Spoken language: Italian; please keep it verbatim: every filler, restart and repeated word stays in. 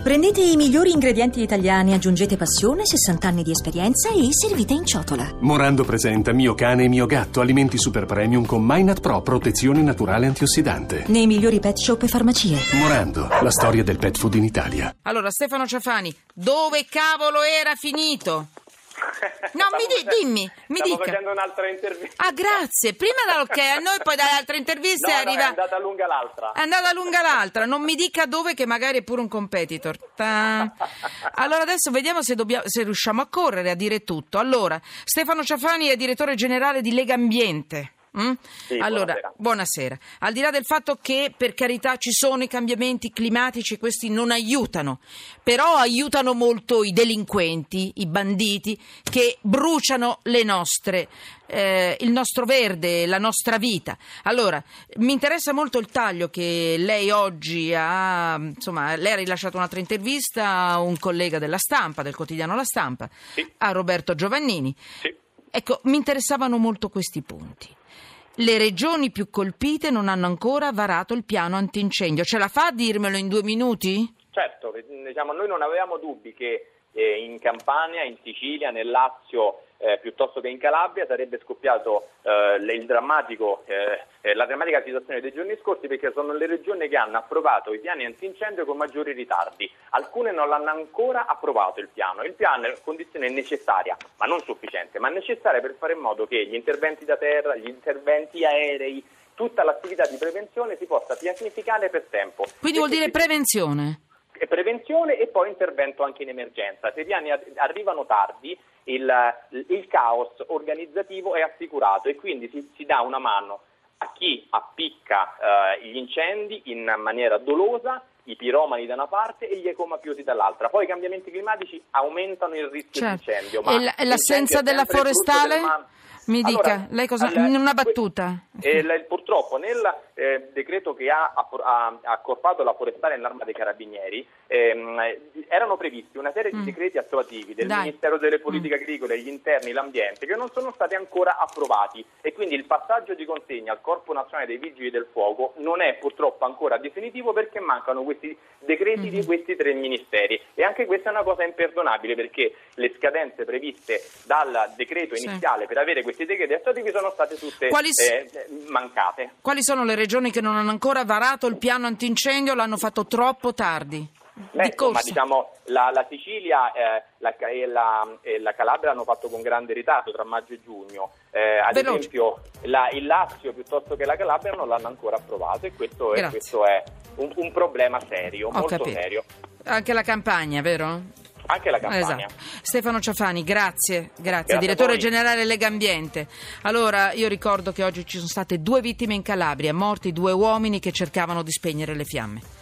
Prendete i migliori ingredienti italiani, aggiungete passione, sessanta anni di esperienza e servite in ciotola. Morando presenta Mio cane e mio gatto, alimenti super premium con Minat Pro, protezione naturale antiossidante. Nei migliori pet shop e farmacie. Morando, la storia del pet food in Italia. Allora, Stefano Ciafani, dove cavolo era finito? No, mi di, dimmi, mi Stavo dica. facendo un'altra intervista. Ah, grazie. Prima da ok a noi, poi dalle altre interviste No, no, arriva. è andata lunga l'altra. È andata lunga l'altra. Non mi dica dove, che magari è pure un competitor. Ta. Allora adesso vediamo se, dobbiamo, se riusciamo a correre a dire tutto. Allora, Stefano Ciafani è direttore generale di Lega Ambiente. Mm? Sì, allora, buonasera. buonasera. Al di là del fatto che per carità ci sono i cambiamenti climatici, questi non aiutano, però aiutano molto i delinquenti, i banditi che bruciano le nostre, eh, il nostro verde, la nostra vita. Allora, mi interessa molto il taglio che lei oggi ha, insomma, lei ha rilasciato un'altra intervista a un collega della Stampa, del quotidiano La Stampa, Sì. a Roberto Giovannini. Sì. Ecco, mi interessavano molto questi punti. Le regioni più colpite non hanno ancora varato il piano antincendio. Ce la fa a dirmelo in due minuti? Certo, diciamo, noi non avevamo dubbi che eh, in Campania, in Sicilia, nel Lazio, eh, piuttosto che in Calabria sarebbe scoppiato eh, il drammatico, eh, eh, la drammatica situazione dei giorni scorsi, perché sono le regioni che hanno approvato i piani antincendio con maggiori ritardi. Alcune non l'hanno ancora approvato il piano. Il piano è una condizione necessaria, ma non sufficiente, ma necessaria per fare in modo che gli interventi da terra, gli interventi aerei, tutta l'attività di prevenzione si possa pianificare per tempo. Quindi vuol dire prevenzione? Prevenzione e poi intervento anche in emergenza. Se i piani arrivano tardi, il, il caos organizzativo è assicurato e quindi si, si dà una mano a chi appicca eh, gli incendi in maniera dolosa, i piromani da una parte e gli ecomafiosi dall'altra. Poi i cambiamenti climatici aumentano il rischio Certo. di incendio. Ma e l- l'assenza della forestale? Mi dica, allora, lei cosa... allora, in una battuta. Eh, l- purtroppo nel eh, decreto che ha, ha, ha accorpato la forestale nell'Arma dei Carabinieri ehm, erano previsti una serie Mm. di decreti attuativi del Dai. Ministero delle Politiche Mm. Agricole, gli Interni, l'Ambiente, che non sono stati ancora approvati e quindi il passaggio di consegna al Corpo Nazionale dei Vigili del Fuoco non è purtroppo ancora definitivo perché mancano questi decreti Mm. di questi tre ministeri e anche questa è una cosa imperdonabile perché le scadenze previste dal decreto Sì. iniziale per avere questi decreti attuativi sono state tutte Quali s- eh, mancate. Quali sono le regioni che non hanno ancora varato il piano antincendio? L'hanno fatto troppo tardi? Beh, Di insomma, corsa. diciamo, la, la Sicilia eh, la, e, la, e la Calabria hanno fatto con grande ritardo tra maggio e giugno. Eh, ad Veloce. esempio, la, il Lazio piuttosto che la Calabria non l'hanno ancora approvato e questo è, Grazie. questo è un, un problema serio, Ho molto capito. serio. Anche la Campania, vero? Anche la Campania. Esatto. Stefano Ciafani, grazie, grazie, Grazie a direttore voi. generale Lega Ambiente. Allora, io ricordo che oggi ci sono state due vittime in Calabria, morti due uomini che cercavano di spegnere le fiamme.